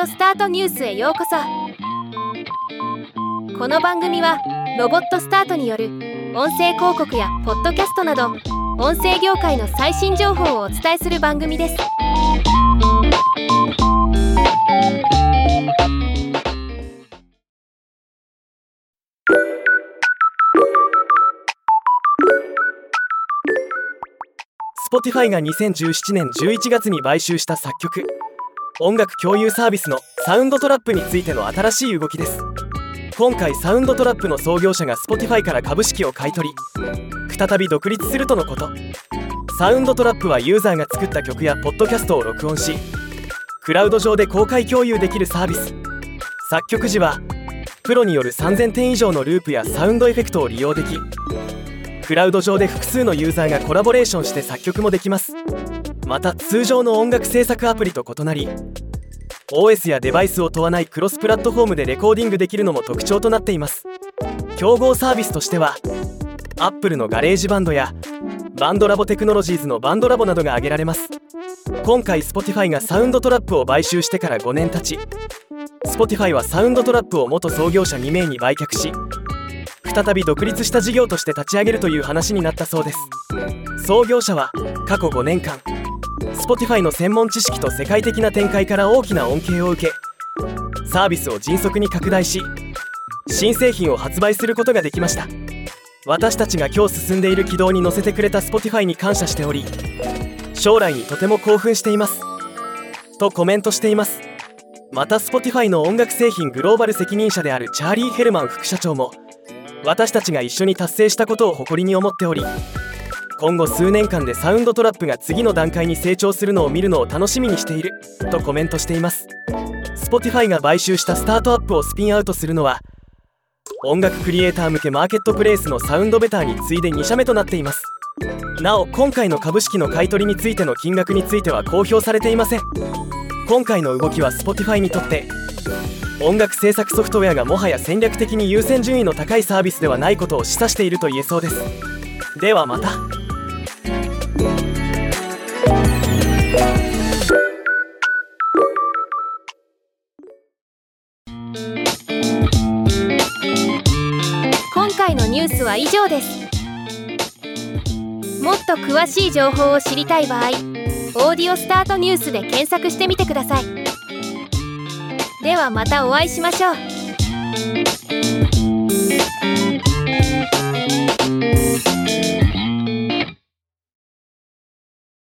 オスタートニュースへようこそ。この番組はロボットスタートによる音声広告やポッドキャストなど音声業界の最新情報をお伝えする番組です。 Spotify が2017年11月に買収した作曲・音楽共有サービスのサウンドトラップについての新しい動きです。今回サウンドトラップの創業者が Spotify から株式を買い取り再び独立するとのこと。サウンドトラップはユーザーが作った曲やポッドキャストを録音しクラウド上で公開共有できるサービス。作曲時はプロによる3000点以上のループやサウンドエフェクトを利用できクラウド上で複数のユーザーがコラボレーションして作曲もできます。また通常の音楽制作アプリと異なり OS やデバイスを問わないクロスプラットフォームでレコーディングできるのも特徴となっています。競合サービスとしては Apple のガレージバンドやバンドラボテクノロジーズのバンドラボなどが挙げられます。今回 Spotify がサウンドトラップを買収してから5年経ち Spotify はサウンドトラップを元創業者2名に売却し再び独立した事業として立ち上げるという話になったそうです。創業者は過去5年間 Spotify の専門知識と世界的な展開から大きな恩恵を受けサービスを迅速に拡大し新製品を発売することができました。私たちが今日進んでいる軌道に乗せてくれた Spotify に感謝しており将来にとても興奮していますとコメントしています。また Spotify の音楽製品グローバル責任者であるチャーリー・ヘルマン副社長も私たちが一緒に達成したことを誇りに思っており今後数年間でサウンドトラップが次の段階に成長するのを見るのを楽しみにしているとコメントしています。 Spotify が買収したスタートアップをスピンアウトするのは音楽クリエイター向けマーケットプレイスのサウンドベターに次いで2社目となっています。なお今回の株式の買い取りについての金額については公表されていません。今回の動きは Spotify にとって音楽制作ソフトウェアがもはや戦略的に優先順位の高いサービスではないことを示唆していると言えそうです。ではまた。 今回のニュースは以上です。もっと詳しい情報を知りたい場合、オーディオスタートニュースで検索してみてください。ではまたお会いしましょう。